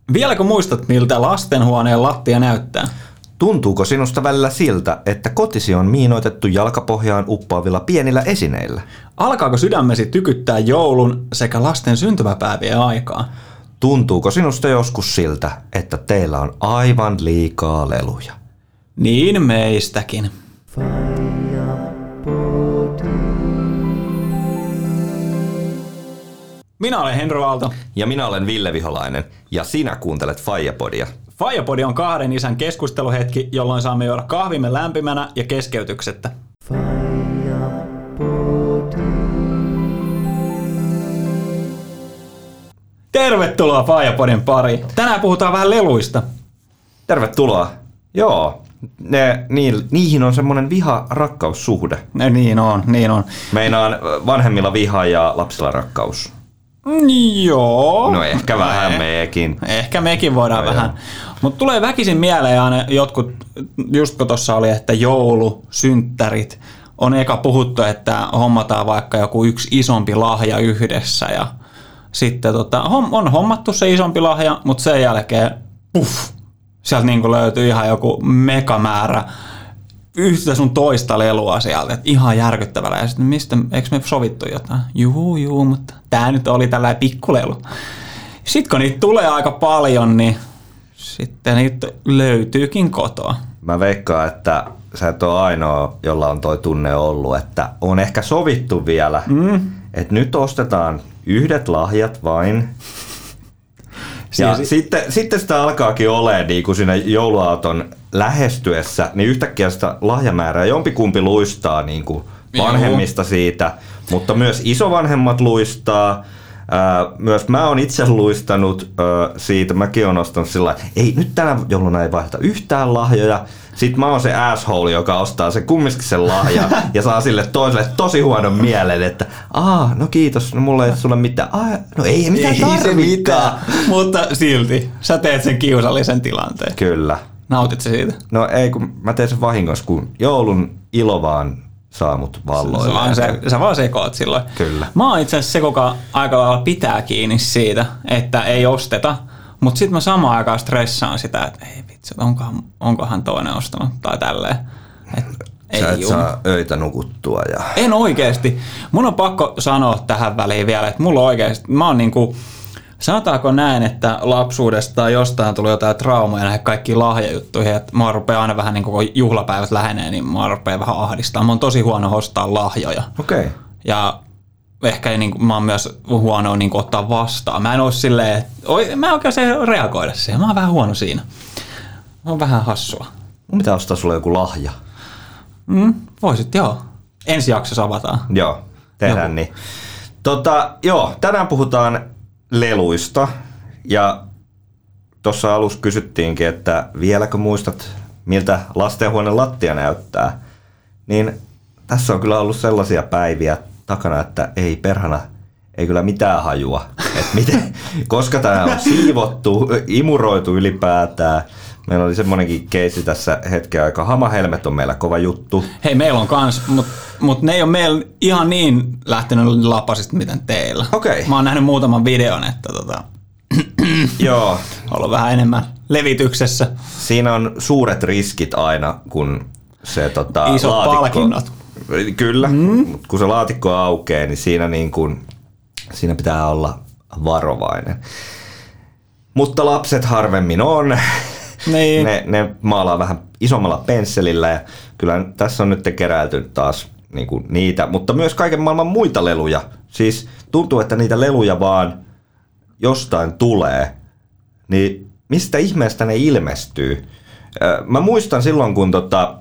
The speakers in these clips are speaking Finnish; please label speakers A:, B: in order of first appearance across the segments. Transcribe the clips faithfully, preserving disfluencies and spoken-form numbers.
A: Vieläkö muistat, miltä lastenhuoneen lattia näyttää?
B: Tuntuuko sinusta välillä siltä, että kotisi on miinoitettu jalkapohjaan uppoavilla pienillä esineillä?
A: Alkaako sydämesi tykyttää joulun sekä lasten syntymäpäivien aikaa?
B: Tuntuuko sinusta joskus siltä, että teillä on aivan liikaa leluja?
A: Niin meistäkin. Minä olen Henry Aalto.
B: Ja minä olen Ville Viholainen, ja sinä kuuntelet Faijapodia.
A: Faijapodi on kahden isän keskusteluhetki, jolloin saamme juoda kahvimme lämpimänä ja keskeytyksettä. Tervetuloa Faijapodin pariin. Tänään puhutaan vähän leluista.
B: Tervetuloa. Joo, ne, niihin on semmoinen viha-rakkaussuhde.
A: Ne, niin on, niin on.
B: Meinaan vanhemmilla viha ja lapsilla rakkaus.
A: Joo.
B: No ehkä vähän eh, mekin.
A: Ehkä mekin voidaan no vähän. Mutta tulee väkisin mieleen aina jotkut, just kun tuossa oli, että joulu, synttärit, on eka puhuttu, että hommataan vaikka joku yksi isompi lahja yhdessä ja sitten tota, on hommattu se isompi lahja, mutta sen jälkeen puff, sieltä niin löytyy ihan joku megamäärä yhtä sun toista lelua sieltä, että ihan järkyttävällä. Ja sitten mistä, eikö me sovittu jotain? Juu, juu, mutta tää nyt oli tällainen pikkulelu. Sitten kun niitä tulee aika paljon, niin sitten niitä löytyykin kotoa.
B: Mä veikkaan, että sä et ole ainoa, jolla on toi tunne ollut, että on ehkä sovittu vielä, mm. että nyt ostetaan yhdet lahjat vain. Ja siis, sitten, sitten sitä alkaakin olemaan niin kuin siinä jouluaaton lähestyessä, niin yhtäkkiä sitä lahjamäärää jompikumpi luistaa niin kuin vanhemmista siitä, mutta myös isovanhemmat luistaa. Ää, myös mä oon itse luistanut ää, siitä, mäkin oon ostanut sillä lailla, ei nyt tänä jouluna ei vaihdeta yhtään lahjoja. Sitten mä oon se asshole, joka ostaa se kumminkin sen lahja ja saa sille toiselle tosi huonon mielen, että aa, no kiitos, no mulla ei sulle mitään. Aa, no ei mitään ei tarvitse.
A: Mutta silti, sä teet sen kiusallisen tilanteen.
B: Kyllä.
A: Nautit sä siitä?
B: No ei, kun mä teen sen vahingossa, kun joulun ilo vaan saa mut valloille.
A: Se, sä vaan sekoat silloin.
B: Kyllä.
A: Mä oon itse asiassa se, kuka aika lailla pitää kiinni siitä, että ei osteta. Mutta sitten mä samaan aikaan stressaan sitä, että ei vitsi, onkohan, onkohan toinen ostanut tai tälleen. Et,
B: Sä et saa öitä nukuttua. Ja...
A: En oikeesti. Mun on pakko sanoa tähän väliin vielä, että mulla oikeesti, mä oon niinku, sanotaanko näin, että lapsuudesta tai jostain tuli jotain traumaa näihin kaikkiin lahjajuttuihin, että mä rupeaa aina vähän niin kuin juhlapäivät lähenee, niin mä rupeaa vähän ahdistaa. Mä oon tosi huono ostaa lahjoja.
B: Okei. Okay.
A: Ja ehkä niin kuin, mä oon myös huono niin kuin, ottaa vastaan. Mä en oo silleen, mä en oikein reagoida siihen. Mä oon vähän huono siinä. Mä oon vähän hassua.
B: Mun pitää ostaa sulle joku lahja.
A: Mm, voisit, joo. Ensi jaksossa avataan.
B: Joo, tehdään joku. Niin. Tota, joo, tänään puhutaan leluista. Ja tuossa alussa kysyttiinkin, että vieläkö muistat, miltä lastenhuoneen lattia näyttää. Niin tässä on kyllä ollut sellaisia päiviä takana, että ei perhana, ei kyllä mitään hajua. Et miten, koska tämä on siivottu, imuroitu ylipäätään. Meillä oli semmoinenkin keissi tässä hetken aikaa. Hamahelmet on meillä kova juttu.
A: Hei, meillä on kans, mutta mut ne ei ole meillä ihan niin lähtenyt lapasista, miten teillä.
B: Okei.
A: Mä oon nähnyt muutaman videon, että tota,
B: joo.
A: ollut vähän enemmän levityksessä.
B: Siinä on suuret riskit aina, kun se tota,
A: isot
B: laatikko...
A: palkinnot.
B: Kyllä, mm. mutta kun se laatikko aukeaa, niin siinä, niin kun, siinä pitää olla varovainen. Mutta lapset harvemmin on.
A: Niin.
B: Ne, ne maalaa vähän isommalla pensselillä ja kyllä tässä on nyt keräilty taas niin kuin niitä, mutta myös kaiken maailman muita leluja. Siis tuntuu, että niitä leluja vaan jostain tulee, niin mistä ihmeestä ne ilmestyy? Mä muistan silloin, kun tota,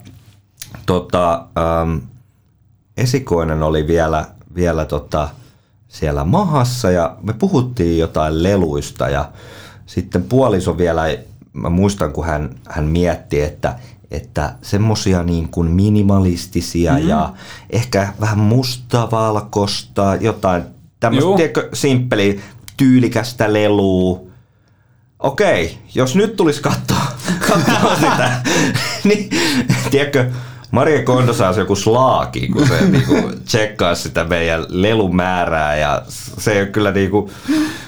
B: tota, ähm, esikoinen oli vielä, vielä tota, siellä mahassa ja me puhuttiin jotain leluista ja sitten puoliso vielä, mä muistan kun hän, hän mietti, että, että semmosia niin kuin minimalistisia mm. ja ehkä vähän mustavalkoista, jotain tämmöistä tiedätkö, simppeliä, tyylikästä lelua. Okei, jos nyt tulisi katsoa, katsoa sitä, niin tiedätkö, Maria Kondo saisi joku slaaki, kun se niinku tsekkaa sitä meidän lelumäärää ja se ei ole kyllä niinku,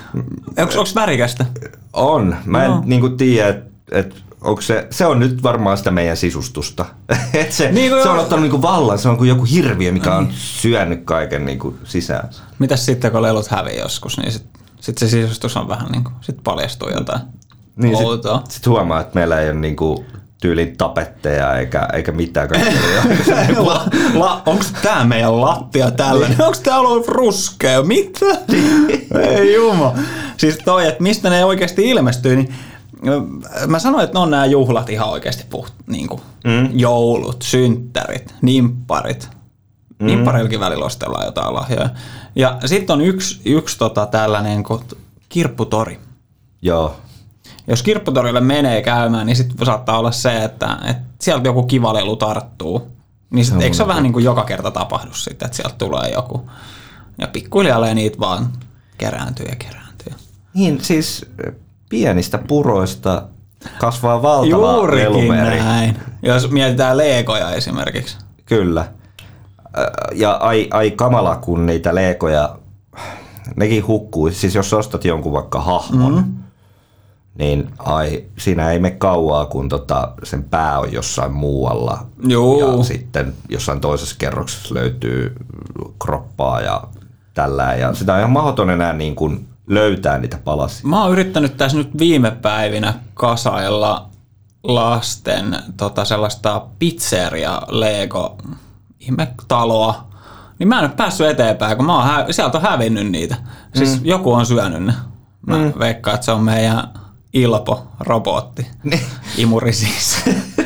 A: Onko, onko värikästä?
B: On. Mä en
A: no.
B: niin kuin tiedä, että et, onko se, se on nyt varmaan sitä meidän sisustusta. Et se,
A: niin
B: se on ottanut niin kuin vallan, se on kuin joku hirviö, mikä on syönyt kaiken niin kuin sisään.
A: Mitäs sitten, kun lelut hävii joskus, niin sitten sit se sisustus on vähän niin kuin, sit paljastuu jotain
B: niin
A: outoa.
B: Sitten sit huomaa, että meillä ei ole niin kuin tyylin tapetteja eikä, eikä mitään.
A: la, la, onko tämä meidän lattia tällainen? Onko tämä ollut ruskea? Mitä? Ei juma. Siis toi, että mistä ne oikeasti ilmestyy, niin mä sanoin, että ne on nämä juhlat ihan oikeasti puht, niin kuin mm. joulut, synttärit, nimpparit. Mm. Nimpparilläkin välillä ostellaan jotain lahjoja. Ja sitten on yksi, yksi tota tällainen kuin kirpputori.
B: Joo.
A: Jos kirpputorille menee käymään, niin sitten saattaa olla se, että, että sieltä joku kiva lelu tarttuu. Niin sit, eikö se ole vähän niin kuin joka kerta tapahdu sitten, että sieltä tulee joku. Ja pikkuhiljaa niitä vaan kerääntyy ja kerääntyy.
B: Niin, siis pienistä puroista kasvaa valtava
A: Juurikin
B: lelumeri.
A: Näin. Jos mietitään leegoja esimerkiksi.
B: Kyllä. Ja ai, ai kamala, kun niitä leegoja, nekin hukkuu. Siis jos ostat jonkun vaikka hahmon, mm-hmm. niin ai, siinä ei mene kauaa, kun tota, sen pää on jossain muualla.
A: Juu.
B: Ja sitten jossain toisessa kerroksessa löytyy kroppaa ja tällä. Ja sitä on ihan mahdoton enää niin kuin löytää niitä palasia.
A: Mä oon yrittänyt tässä nyt viime päivinä kasailla lasten tota sellaista pizzeria Lego ihmetaloa. Niin mä en ole päässyt eteenpäin, kun mä oon hä- sieltä on hävinnyt niitä. Siis mm. joku on syönyt ne. Mä mm. veikkaan, että se on meidän Ilpo, robotti, imuri siis.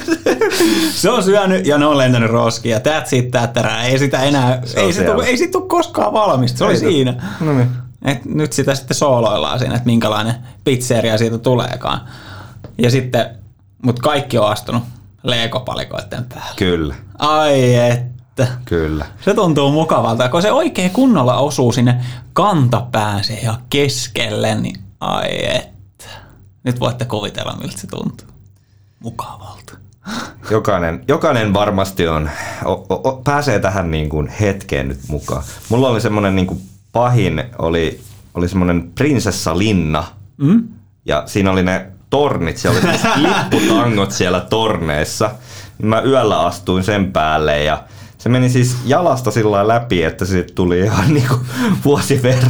A: Se on syönyt ja ne on lentänyt roskiin ja that's it, tätärää. Ei sitä enää, ei sit, tule, ei sit tule koskaan valmista, se oli siinä. No niin. Et nyt sitä sitten sooloillaan siinä, että minkälainen pizzeria siitä tuleekaan. Ja sitten, mut kaikki on astunut Lego-palikoiden päälle.
B: Kyllä.
A: Ai että.
B: Kyllä.
A: Se tuntuu mukavalta, kun se oikein kunnolla osuu sinne kantapääseen ja keskelle, niin ai että. Nyt voitte kuvitella, miltä se tuntuu. Mukavalta.
B: Jokainen, jokainen varmasti on, o, o, pääsee tähän niin kuin hetkeen nyt mukaan. Mulla oli semmoinen niin kuin pahin, oli, oli semmoinen prinsessalinna. Mm? Ja siinä oli ne tornit, siellä oli lipputangot siellä torneissa. Mä yöllä astuin sen päälle ja se meni siis jalasta sillä läpi, että se tuli ihan niin kuin vuosi verta.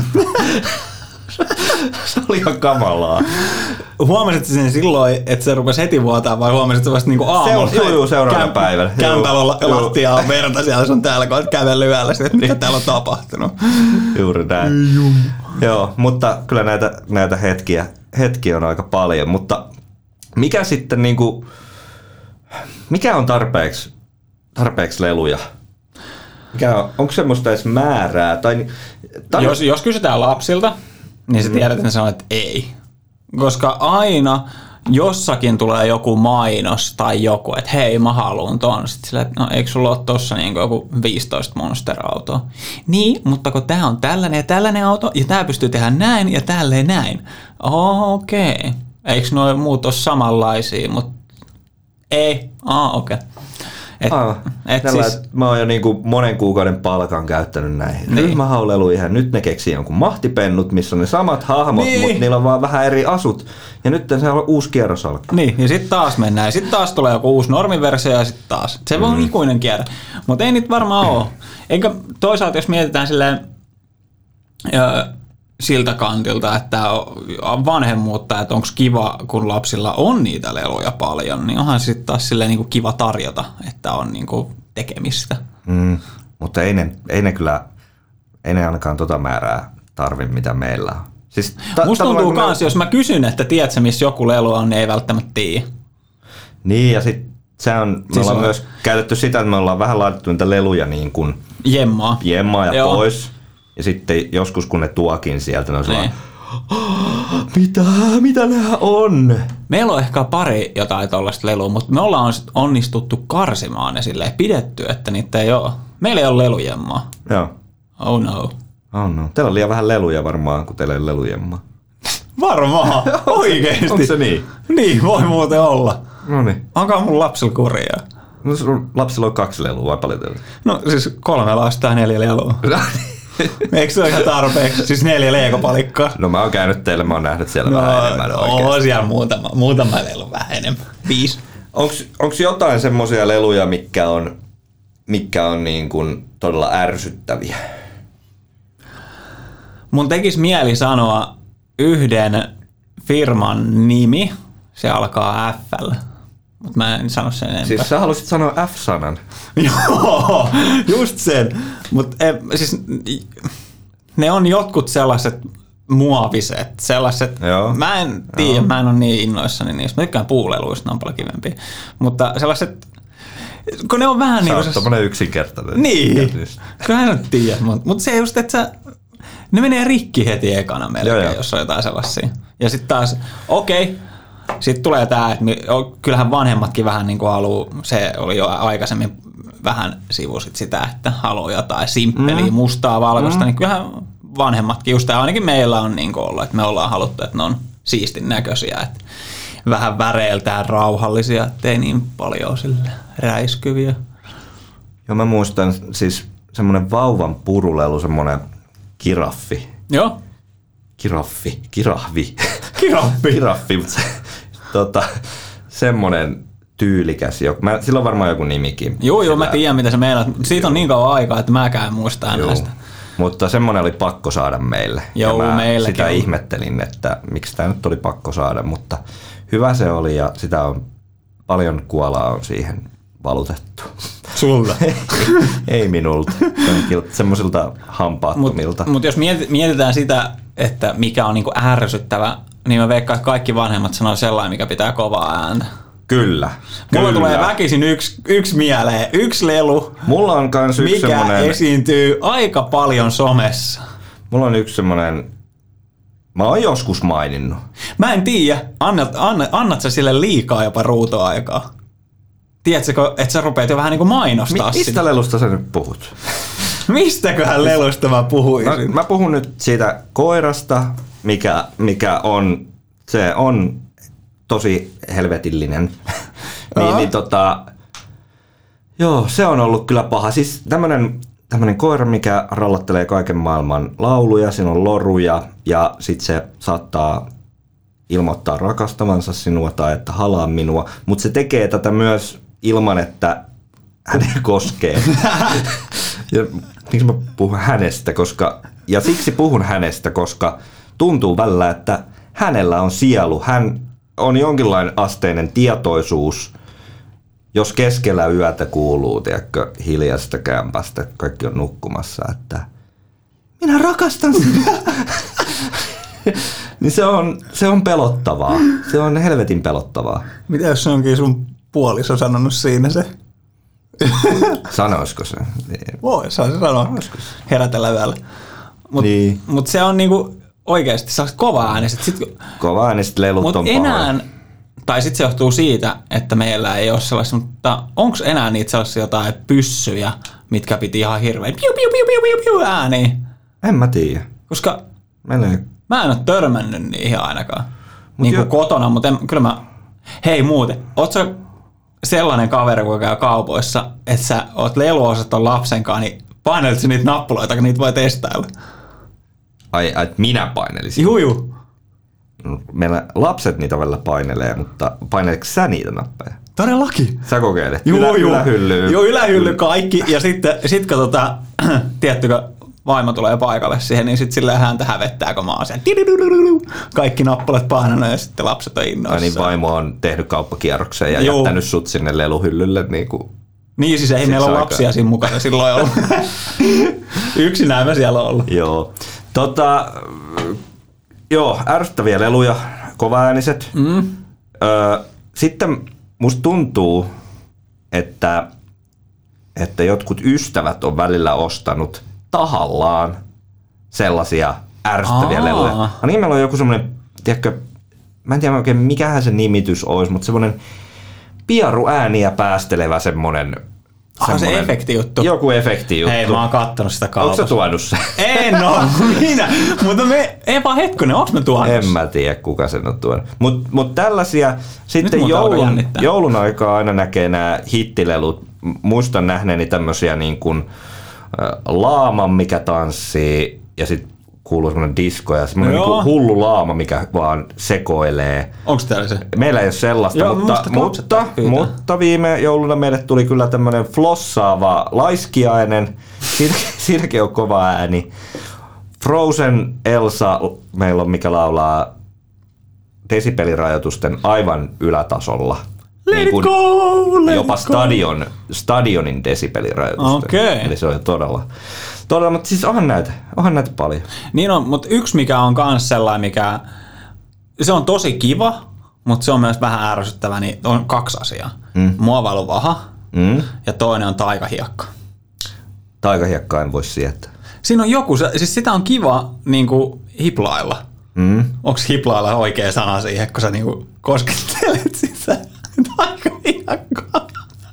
B: Se oli ihan kamalaa.
A: Huomasitko sen silloin, että se rupesi heti vuotaa vai huomasitko vasta niinku aamulla?
B: Joo, joo, seuraavana päivänä.
A: Kämpällä lattiaa on verta siellä sun täällä, kun olet kävellyt yöllä, että mitä täällä on tapahtunut.
B: Juuri näin. Joo, mutta kyllä näitä, näitä hetkiä, hetkiä on aika paljon. Mutta mikä sitten niinku, mikä on tarpeeksi, tarpeeksi leluja? Mikä on, onko semmoista edes määrää? Tai, tar-
A: jos, jos kysytään lapsilta, niin sä tiedät, että ne sanoo, että ei. Koska aina jossakin tulee joku mainos tai joku, että hei, mä haluun ton. Sitten sillä, että no eikö sulla ole tossa niin joku viisitoista Monster-autoa? Niin, mutta kun tää on tällainen ja tällainen auto, ja tää pystyy tehdä näin ja tälleen näin. Okei. Okay. Eikö nuo muut ole samanlaisia, mutta ei. Ah, okei. Okay.
B: Et, ah, et siis, mä oon jo niinku monen kuukauden palkan käyttänyt näihin.
A: Niin.
B: Ryhmähauleluihin. Nyt ne keksii jonkun mahtipennut, missä on ne samat hahmot, niin. Mutta niillä on vaan vähän eri asut. Ja nyt se on uusi kierros alkaa.
A: Niin, ja sitten taas mennään. Ja sitten taas tulee joku uusi normiversio ja sitten taas. Se mm. on ikuinen kierre. Mutta ei niitä varmaan ole. Eikä toisaalta, jos mietitään silleen ö, siltä kantilta, että on vanhemmuutta, että onko kiva, kun lapsilla on niitä leluja paljon, niin onhan sitten taas silleen niinku kiva tarjota, että on niinku tekemistä.
B: Mm, mutta ei ne, ei ne kyllä, ei ne ainakaan tota määrää tarvi, mitä meillä on. Siis ta-
A: Musta tuntuu kans,
B: me...
A: jos mä kysyn, että tiedätkö, missä joku lelu on, niin ei välttämättä tiedä.
B: Niin, ja sitten se on, me siis ollaan on... myös käytetty sitä, että me ollaan vähän laitettu niitä leluja niin kuin
A: jemmaa,
B: jemmaa ja Joo. pois. Ja sitten joskus, kun ne tuokin sieltä, ne on sellainen, oh, mitä, mitä nämä on?
A: Meillä on ehkä pari jotain tollaista lelua, mutta me ollaan onnistuttu karsimaan ne silleen pidetty, että niitä ei ole. Meillä ei ole lelujemmaa.
B: Joo.
A: Oh no.
B: Oh no. Teillä on liian vähän leluja varmaan, kun teillä ei ole lelujemmaa.
A: Varmaan, oikeesti.
B: Onko se niin?
A: Niin, voi muuten olla.
B: No niin.
A: Onko mun lapsilla kurjaa?
B: No sun lapsilla on kaksi lelua vai paljon teillä?
A: No siis kolme lasta ja neljä lelua. Eikö se ole ihan tarpeeksi? Siis neljä leikopalikkaa.
B: No mä oon käynyt teille, mä oon nähnyt siellä
A: no,
B: vähän enemmän oikeasti.
A: On siellä muutama, muutama lelu vähän enemmän. Viisi.
B: Onks, onks jotain semmosia leluja, mitkä on, mitkä on niin kuin todella ärsyttäviä?
A: Mun tekisi mieli sanoa yhden firman nimi. Se alkaa F:llä. Mutta mä en sano sen enempää.
B: Siis sä halusit sanoa F-sanan.
A: Joo, just sen. Mutta siis ne on jotkut sellaiset muoviset, sellaiset,
B: Joo.
A: mä en tiedä, mä en ole niin innoissani niistä. Mä tykkään puuleluista, ne on paljon kivempiä. Mutta sellaiset, kun ne on vähän
B: sä
A: niin kuin...
B: Sä oot tommonen yksinkertainen.
A: Niin, kyllähän sä tiedät, mutta mut se just, että sä, ne menee rikki heti ekana melkein, joo, joo. jos on jotain sellaisia. Ja sitten taas, okei, okay, sitten tulee tää, että kyllähän vanhemmatkin vähän niin kuin haluaa, se oli jo aikaisemmin vähän sivusit sitä, että haluaa jotain simppeliä, mm. mustaa, valkoista, mm. niin kyllähän vanhemmatkin just, ainakin meillä on niin kuin ollut, että me ollaan haluttu, että ne on siistin näköisiä, että vähän väreiltään rauhallisia, ettei niin paljon sille räiskyviä.
B: Joo, mä muistan siis semmonen vauvan purulelu, semmonen kiraffi.
A: Joo.
B: Kiraffi, kirahvi.
A: Kiraffi.
B: Kiraffi, mutta se, tota, semmonen tyylikäs. Mä, sillä on varmaan joku nimikin.
A: Joo, joo, mä tiedän mitä sä meinaat. Siitä on niin kauan aikaa, että mäkään en muista enää sitä.
B: Mutta semmonen oli pakko saada meille.
A: Joo,
B: ja mä
A: meilläkin
B: sitä
A: on.
B: Ihmettelin, että miksi tää nyt oli pakko saada, mutta hyvä se oli ja sitä on paljon kuolaa on siihen valutettu.
A: Sulta?
B: ei, ei minulta. Semmoisilta hampaattomilta.
A: Mutta mut jos mietitään sitä, että mikä on niinku ärsyttävä, niin mä veikkaan, että kaikki vanhemmat sanoo sellainen, mikä pitää kovaa ääntä.
B: Kyllä.
A: Mulla
B: kyllä.
A: tulee väkisin yksi, yksi mieleen, yksi lelu,
B: Mulla on kans yksi
A: mikä
B: semmonen...
A: esiintyy aika paljon somessa.
B: Mulla on yksi semmonen... Mä oon joskus maininnut.
A: Mä en tiedä, annat, annat, annat sä sille liikaa jopa ruutoaikaa? Tiedätkö, että sä rupeat jo vähän niin kuin mainostaa
B: Mi- Mistä
A: sitä?
B: lelusta sä nyt puhut?
A: Mistäköhän lelusta mä puhuisin?
B: No, mä puhun nyt siitä koirasta, mikä, mikä on, se on tosi helvetillinen. niin, niin tota, joo, se on ollut kyllä paha. Siis tämmönen, tämmönen koira, mikä rallattelee kaiken maailman lauluja, siinä on loruja ja sit se saattaa ilmoittaa rakastavansa sinua tai että halaa minua, mutta se tekee tätä myös ilman, että hänen koskee. Ja miksi mä puhun hänestä, koska, ja siksi puhun hänestä, koska tuntuu välillä, että hänellä on sielu, hän on jonkinlainen asteinen tietoisuus, jos keskellä yötä kuuluu, tiedätkö, hiljaista kämpästä, kaikki on nukkumassa, että minä rakastan sinua. Niin se on, se on pelottavaa. Se on helvetin pelottavaa.
A: Mitä jos se onkin sun puoliso sanonut siinä se?
B: Sanoisiko se?
A: Voi, saa se sanoa. Herätellä yöllä. Mutta
B: niin.
A: mut se on niinku oikeasti sellaiset kova ääniset. Sit,
B: kova ääniset lelut
A: mut
B: on
A: enää,
B: pahoja.
A: tai sitten se johtuu siitä, että meillä ei ole sellaisia, mutta onko enää niitä sellaisia jotain pyssyjä, mitkä piti ihan hirveän piu piu piu piu piu piu ääniä?
B: En mä tiedä.
A: Koska
B: Menee.
A: mä en ole törmännyt niihin ainakaan. Niin kuin
B: jo...
A: kotona, mutta en, kyllä mä... Hei muuten, oot sä sellainen kaveri, kun käy kaupoissa, että sä oot leluosaston lapsen kanssa, niin painelit sä niitä nappuloita, kun niitä voi testailla?
B: Ai, ai minä painelisin?
A: Juu, juu.
B: Meillä lapset niitä välillä painelee, mutta paineleeko sä niitä nappeja?
A: Todellakin.
B: Sä kokeilet?
A: Juu,
B: Ylä,
A: juu.
B: Ylähylly.
A: Joo, ylähylly kaikki. Ja sitten sit kun tota, tiettykö, vaimo tulee paikalle siihen, niin sitten silleen häntä hävettää, kun mä oon siellä. Kaikki nappulat painanut ja sitten lapset on innoissaan.
B: Ai niin vaimo on tehnyt kauppakierroksen ja
A: Joo.
B: jättänyt sut sinne leluhyllylle. Niin, kuin
A: niin siis ei meillä ole lapsia siinä mukana silloin ollut. Yksinään mä siellä on ollut.
B: Joo. Tota, joo, ärsyttäviä leluja, kovaääniset. Mm. Öö, sitten musta tuntuu, että, että jotkut ystävät on välillä ostanut tahallaan sellaisia ärsyttäviä
A: Aa.
B: leluja. No niin, meillä on joku semmoinen, tiedätkö, mä en tiedä oikein mikähän se nimitys olisi, mutta semmoinen piaruääniä päästelevä semmoinen.
A: Ah, se efektijuttu.
B: Joku efektijuttu.
A: Hei, mä oon kattonut sitä kaupassa.
B: Onko sä tuonut sen?
A: En oo, minä. Mutta me, ei vaan hetkonen, onks me tuonut?
B: En mä tiedä, kuka sen on tuonut. Mutta mut tällaisia, sitten joulun, joulun aikaa aina näkee nämä hittilelut. Muistan nähneeni tämmöisiä niin kuin laaman, mikä tanssii, ja sitten kuuluu semmoinen disko ja semmoinen niinku hullu laama, mikä vaan sekoilee.
A: Onko täällä se?
B: Meillä ei ole sellaista, Joo, mutta, mutta, mutta viime jouluna meille tuli kyllä tämmöinen flossaava laiskiainen. Siinä, siinäkin on kova ääni. Frozen Elsa meillä on, mikä laulaa desibelirajoitusten aivan ylätasolla.
A: Let niin it go, let
B: jopa
A: it
B: stadion, go. Stadionin desibelirajoitusten.
A: Okay.
B: Eli se on jo todella, todella, mutta siis onhan näitä, onhan näitä paljon.
A: Niin on, mutta yksi mikä on kans sellainen, mikä, se on tosi kiva, mutta se on myös vähän ärsyttävä, niin on kaksi asiaa. Mm. Muovailuvaha mm. ja toinen on taikahiekka.
B: Taikahiekkaa en voi sietää.
A: Siinä on joku, siis sitä on kiva niin kuin hiplailla. Mm. Onko hiplailla oikea sana siihen, kun sä niin kuin koskettelet sitä taikahiekkaa?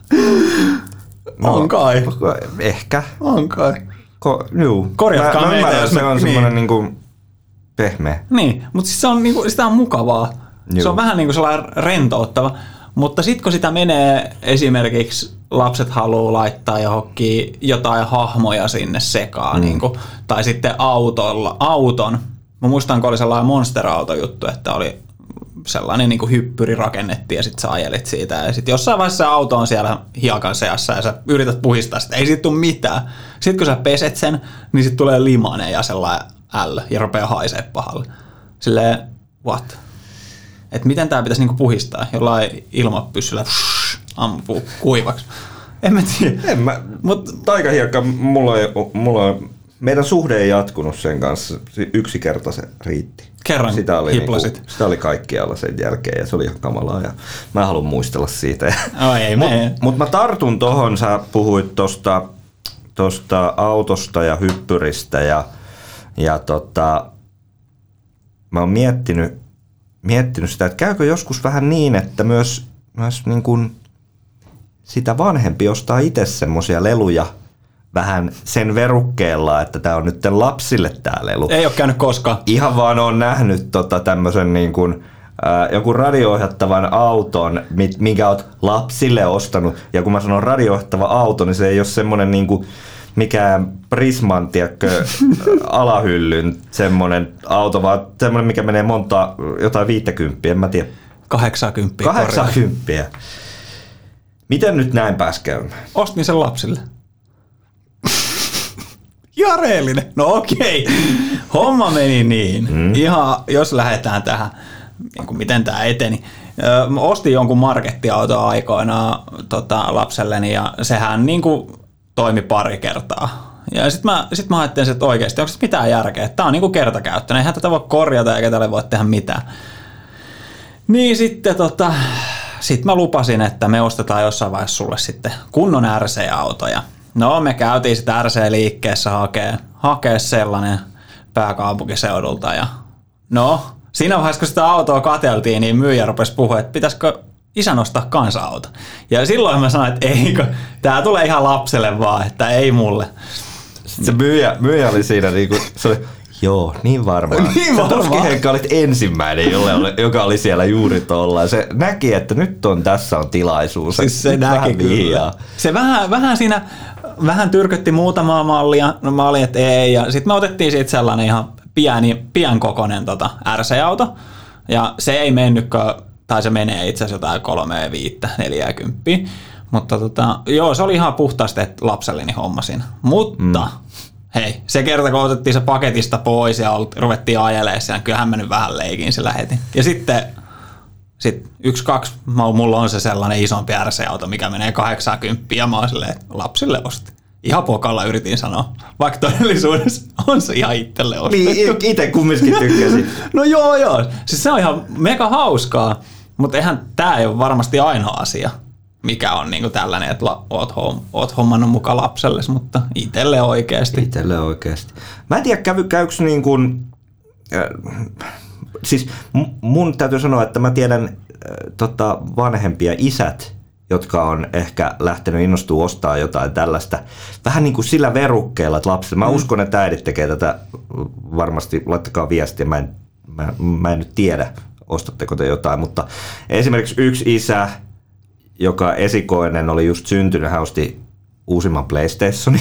A: No, on kai.
B: Ehkä.
A: On kai.
B: Ko- juu.
A: Korjatkaa
B: mä,
A: meitä,
B: mä
A: jos
B: se on
A: niin.
B: semmoinen niinku pehmeä.
A: Niin, mutta siis se on niinku, sitä on mukavaa. Juu. Se on vähän niinku sellainen rentouttava. Mutta sitten kun sitä menee, esimerkiksi lapset haluaa laittaa johonkin jotain hahmoja sinne sekaan, mm. niin kuin, tai sitten autolla, auton. Mä muistan, kun oli sellainen Monster-auto juttu, että oli sellainen niin kuin hyppyri rakennettiin ja sitten sä ajelit siitä. Ja sitten jossain vaiheessa se auto on siellä hiekan seassa ja sä yrität puhistaa sitä, ei siitä tule mitään. Sitten kun sä peset sen, niin sitten tulee limanen ja sellainen ällö ja rupeaa haisee pahalle. Silleen, what? Että miten tää pitäisi niinku puhistaa jollain ilmapyssyllä ampuu kuivaksi. En mä tiedä.
B: En mä, Mut, taikahiekka, mulla on, mulla on, meidän suhde ei jatkunut sen kanssa. Yksi kerta se riitti.
A: Kerran
B: sitä oli,
A: hiplasit.
B: Niinku, sitä oli kaikkialla sen jälkeen ja se oli ihan kamalaa. Ja mä haluan muistella siitä.
A: Oh, ei
B: Mutta mut mä tartun tohon, sä puhuit tosta, tosta autosta ja hyppyristä ja, ja tota, mä oon miettinyt, miettinyt sitä, että käykö joskus vähän niin, että myös, myös niin kuin sitä vanhempi ostaa itse semmoisia leluja vähän sen verukkeella, että tää on nyt lapsille tää lelu.
A: Ei ole käynyt koskaan.
B: Ihan vaan on nähnyt tota tämmöisen niin kuin, äh, joku radio-ohjattavan auton, minkä oot lapsille ostanut. Ja kun mä sanon radio-ohjattava auto, niin se ei ole semmoinen niin kuin mikään Prisman, tiedätkö, alahyllyn semmoinen auto, vaan semmoinen, mikä menee monta, jotain viittäkymppiä, en mä tiedä.
A: Kahdeksankymppiä.
B: Kahdeksankymppiä. Miten nyt näin pääs käymään?
A: Ostin sen lapsille. Jareellinen. No okei. Homma meni niin. Mm. Ihan, jos lähdetään tähän, niin kuin miten tämä eteni. Mä ostin jonkun markettiauton aikoinaan tota, lapselleni ja sehän niin kuin toimi pari kertaa. Ja sitten mä, sit mä ajattelin, että oikeasti onko mitään järkeä. Tämä on niin kuin kertakäyttöinen. Eihän tätä voi korjata eikä tälle voi tehdä mitään. Niin sitten tota, sit mä lupasin, että me ostetaan jossain vaiheessa sulle sitten kunnon R C-autoja. No me käytiin sitä R C-liikkeessä hakee, hakee sellainen pääkaupunkiseudulta ja no siinä vaiheessa kun sitä autoa katseltiin, niin myyjä rupesi puhua, että pitäisikö isän ostaa kanssa auto. Ja silloin mä sanoin, että eikö, tää tulee ihan lapselle vaan, että ei mulle.
B: Sitten se myyjä, myyjä oli siinä niin kuin, se oli, joo, niin varmaan.
A: Niin varmaan.
B: Sä tuskin Henkka olit ensimmäinen, jolle, joka oli siellä juuri tuolla. Se näki, että nyt on, tässä on tilaisuus.
A: Siis se näki kyllä. Se vähän, vähän siinä, vähän tyrkytti muutamaa mallia. No mä olin, että ei. Ja sitten me otettiin siitä sellainen ihan pieni, pienkokoinen tota R C-auto. Ja se ei mennytkään, tai se menee itse asiassa jotain kolmea, viittä, neljääkymppiä. Mutta tota, joo, se oli ihan puhtaasti, että lapselleni hommasin. Mutta... Mm. Hei, se kerta kun otettiin se paketista pois ja ruvettiin ajelemaan sen, kyllähän mä nyt vähän leikin sillä heti. Ja sitten sit yksi, kaksi, mulla on se sellainen isompi R C-auto, mikä menee kahdeksankymmentä ja mä oon silleen, että lapsille ostin. Ihan pokalla yritin sanoa, vaikka todellisuudessa on se ihan itselle ostettu.
B: Niin, itse kumminkin tykkäsit.
A: No joo joo, siis se on ihan mega hauskaa, mutta eihän tää ei ole varmasti ainoa asia. Mikä on niinku tällainen, että oot, homm, oot hommannut mukaan lapselles, mutta itselle oikeasti.
B: Itselle oikeasti. Mä en tiedä, käy, käykö niin kuin, äh, siis mun täytyy sanoa, että mä tiedän äh, tota vanhempia isät, jotka on ehkä lähtenyt innostumaan ostaa jotain tällaista. Vähän niin kuin sillä verukkeella, että lapsille. Mä mm. uskon, että äidit tekee tätä varmasti, laittakaa viestiä, mä en, mä, mä en nyt tiedä, ostatteko te jotain, mutta esimerkiksi yksi isä, joka esikoinen oli just syntynyt, hän osti uusimman PlayStationin.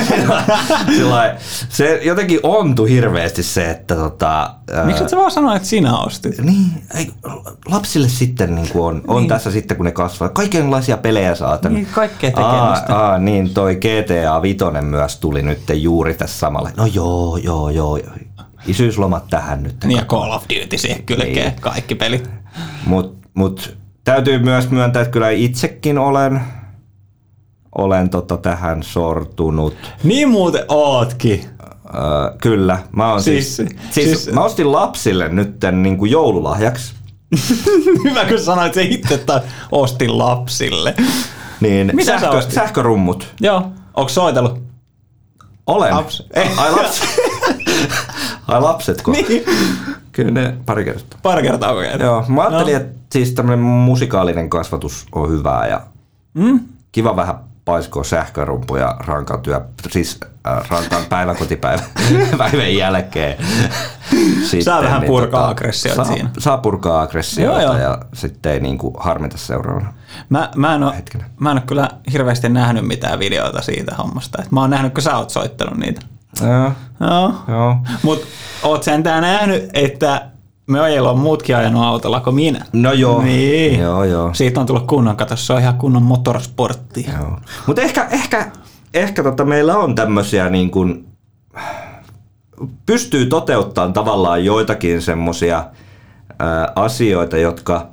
B: Se jotenkin ontui hirveästi se, että tota...
A: Miksi et sä vaan sanoa, että sinä ostit?
B: Niin, ei, lapsille sitten niin kuin on, on niin. Tässä sitten, kun ne kasvaa. Kaikenlaisia pelejä saa tänne.
A: Niin, kaikkea tekemistä.
B: Aa, aa, niin, toi G T A viisi myös tuli nyt juuri tässä samalla. No joo, joo, joo. Isyyslomat tähän nyt.
A: Niin ja Call of Duty siihen kylkeen, niin. Kaikki pelit.
B: Mut, mut täytyy myös myöntää, että kyllä itsekin olen... Olen tota tähän sortunut.
A: Niin muuten ootkin.
B: Öö, kyllä. Mä, oon siis, siis, siis, siis, mä ostin lapsille nyt niin kuin joululahjaksi.
A: Hyvä, kun sanoit se itse, että ostin lapsille.
B: Niin, mitä sähkö, sä ostit? Sähkörummut.
A: Joo. Onko soitellut?
B: Olen.
A: Laps.
B: Ai lapset. Ai lapsetko?
A: Niin.
B: Kyllä ne pari kertaa.
A: Pari kertaa kokeillut.
B: Joo. Mä ajattelin, no. Että siis tämmöinen musikaalinen kasvatus on hyvää ja mm? kiva vähän paiskoa sähkörumpuja rankan työ, siis äh, rankan päiväkotipäivän päivän jälkeen.
A: Sitten, saa vähän niin, purkaa tota, aggressioita
B: saa,
A: siinä.
B: Saa purkaa aggressioita joo, joo. Ja sitten ei niinku harmita seuraavana
A: mä, mä, en ole, mä en ole kyllä hirveästi nähnyt mitään videoita siitä hommasta. Et mä oon nähnyt, kun sä oot soittanut niitä.
B: Joo.
A: Joo.
B: Joo.
A: Mut oot sentään nähnyt, että me ojilla on muutkin ajanut autolla kuin minä.
B: No joo.
A: Niin.
B: Joo, joo.
A: Siitä on tullut kunnon, kato, se on ihan kunnon motorsportti.
B: Joo. Mutta ehkä, ehkä, ehkä tota meillä on tämmöisiä niin kuin, pystyy toteuttamaan tavallaan joitakin semmoisia asioita, jotka,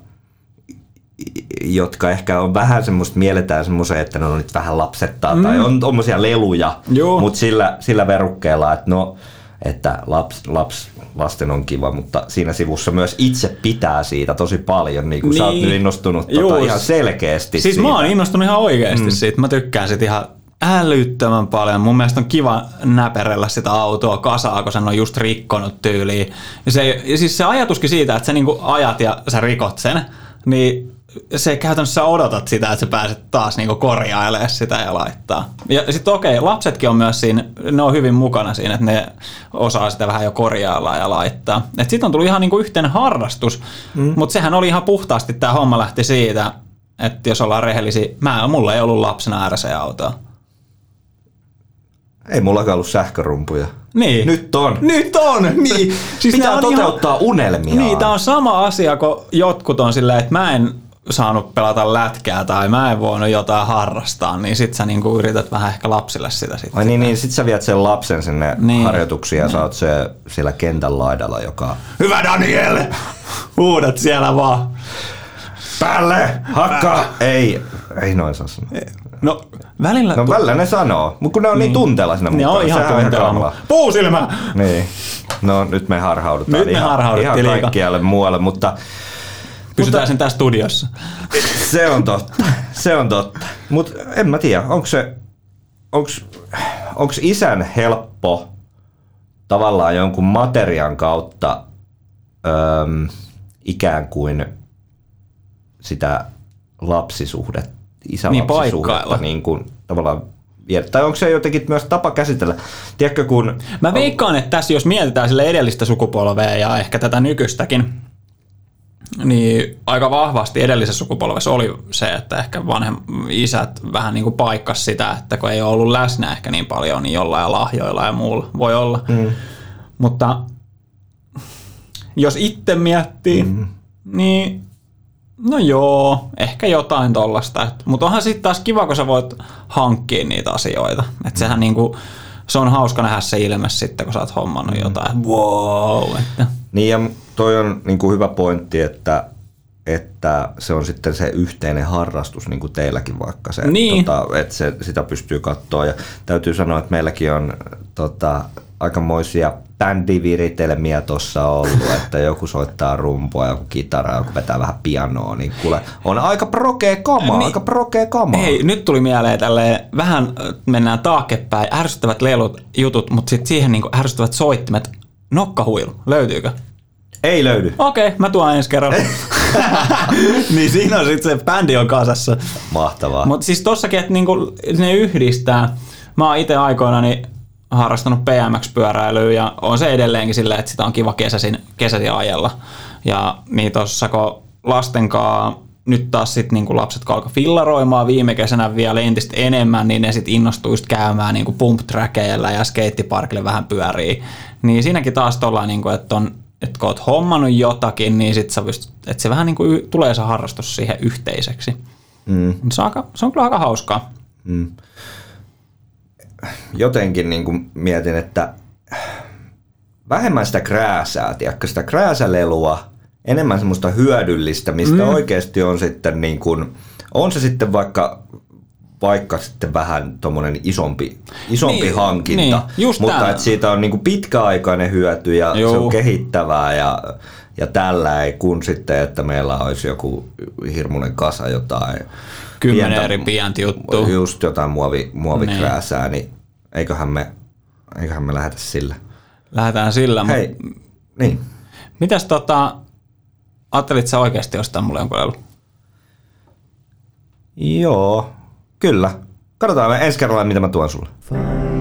B: jotka ehkä on vähän semmoista, mielletään semmoisia, että ne on nyt vähän lapsettaa mm. tai on tommosia leluja, mutta sillä, sillä verukkeella, että no, että laps, laps, lasten on kiva, mutta siinä sivussa myös itse pitää siitä tosi paljon, niin kuin niin. Sä oot nyt innostunut tota ihan selkeästi
A: siis
B: siitä.
A: mä oon innostunut ihan oikeasti mm. siitä, mä tykkään sit ihan älyttömän paljon. Mun mielestä on kiva näperellä sitä autoa kasaa, kun sen on just rikkonut tyyliin. Ja, se, ja siis se ajatuskin siitä, että sä niinku ajat ja sä rikot sen, niin se käytännössä odotat sitä, että sä pääset taas niinku korjailemaan sitä ja laittaa. Ja sitten okei, lapsetkin on myös siinä, ne on hyvin mukana siinä, että ne osaa sitä vähän jo korjailla ja laittaa. Että sitten on tullut ihan niinku yhteinen harrastus, mm. mutta sehän oli ihan puhtaasti, tämä homma lähti siitä, että jos ollaan rehellisiä, mä, mulla ei ollut lapsena R C-autoa.
B: Ei mullakaan ollut sähkörumpuja.
A: Niin.
B: Nyt on.
A: Nyt on, niin.
B: Siis pitää toteuttaa ihan unelmia.
A: Niin, tää on sama asia, kun jotkut on silleen, että mä en saanut pelata lätkää tai mä en voinut jotain harrastaa, niin sit sä niinku yrität vähän ehkä lapsille sitä sitten.
B: Ai niin, niin, sit sä viet sen lapsen sinne niin. harjoituksiin ja
A: niin.
B: Sä oot se siellä kentän laidalla, joka...
A: Hyvä Daniel! Huudat siellä vaan.
B: Päälle! Hakka! Ei, ei noin saa sanoa.
A: No välillä...
B: No välillä ne sanoo, mutta kun ne on niin, niin tunteella siinä
A: mukaan. Ne on ihan tunteella. Puusilmä!
B: Niin. No nyt me harhaudutaan
A: nyt me
B: ihan, ihan kaikkialle muualle, mutta...
A: Pysytään
B: mutta,
A: sen tässä studiossa.
B: Se on totta, se on totta. Mutta en mä tiedä, onko se... Onks, onks isän helppo tavallaan jonkun materian kautta öm, ikään kuin sitä lapsisuhdetta, isä-lapsisuhdetta niin kuin tavallaan viedä. Tai onko se jotenkin myös tapa käsitellä? Tiedätkö, kun...
A: Mä veikkaan, että tässä jos mietitään sille edellistä sukupolvea ja ehkä tätä nykyistäkin, niin aika vahvasti edellisessä sukupolvessa oli se, että ehkä vanhem isät vähän niin kuin paikkas sitä, että kun ei ole ollut läsnä ehkä niin paljon, niin jollain lahjoilla ja muulla voi olla. Mm. Mutta jos itse miettii, mm. niin no joo, ehkä jotain tollasta. Mutta onhan sitten taas kiva, kun sä voit hankkia niitä asioita. Että sehän niinku, se on hauska nähdä se ilme sitten, kun sä oot hommannut jotain. Wow. Että.
B: Niin ja toi on niinku hyvä pointti, että, että se on sitten se yhteinen harrastus, niin kuin teilläkin vaikka se,
A: niin.
B: tota, että se, sitä pystyy katsoa. Ja täytyy sanoa, että meilläkin on tota, aikamoisia bändiviritelmiä tuossa ollut, että joku soittaa rumpua, joku kitaraa, joku vetää vähän pianoa, niin kuule, on aika prokee kamaa, niin, aika prokee kamaa.
A: Hei, nyt tuli mieleen tälleen, vähän mennään taaksepäin, ärsyttävät lelut jutut, mutta sitten siihen niin ärsyttävät soittimet, nokkahuilu, löytyykö?
B: Ei löydy.
A: Okei, okay, mä tuon ensi kerran. Niin siinä on sitten se bändi on kasassa.
B: Mahtavaa.
A: Mutta siis tossakin, että niinku ne yhdistää. Mä oon itse aikoinani harrastanut P M X-pyöräilyä ja on se edelleenkin silleen, että sitä on kiva kesäisin, kesäisin ajella. Ja niin tossa kun lasten kanssa nyt taas sitten niinku lapset kun alkoi fillaroimaan viime kesänä vielä entistä enemmän, niin ne sitten innostui just käymään niinku pump-trackeilla ja skeittiparkille vähän pyörii. Niin siinäkin taas ollaan, niinku, että on että kun oot hommannut jotakin, niin sit sä pystyt, että se vähän niin kuin tulee se harrastus siihen yhteiseksi. Mm. Se, on aika, se on kyllä aika hauskaa. Mm.
B: Jotenkin niin kuin mietin, että vähemmän sitä krääsää, tiedätkö, sitä krääsälelua, enemmän semmoista hyödyllistä, mistä mm. oikeasti on sitten niin kuin, on se sitten vaikka vaikka sitten vähän tommonen isompi, isompi niin, hankinta, niin, mutta että siitä on niinku pitkäaikainen hyöty ja Joo. se on kehittävää ja, ja tällä ei kun sitten, että meillä olisi joku hirmuinen kasa jotain
A: kymmenen pientä, eri pientä juttua.
B: Just jotain muovi, muovikrääsää, niin. niin eiköhän me, eiköhän me lähetä sillä.
A: Lähdetään sillä.
B: Hei,
A: mutta
B: niin.
A: Mitäs tota, ajattelit sä oikeasti ostaa mulle jonkun lelu?
B: Joo. Kyllä. Katsotaan ensi kerralla, mitä mä tuon sulle.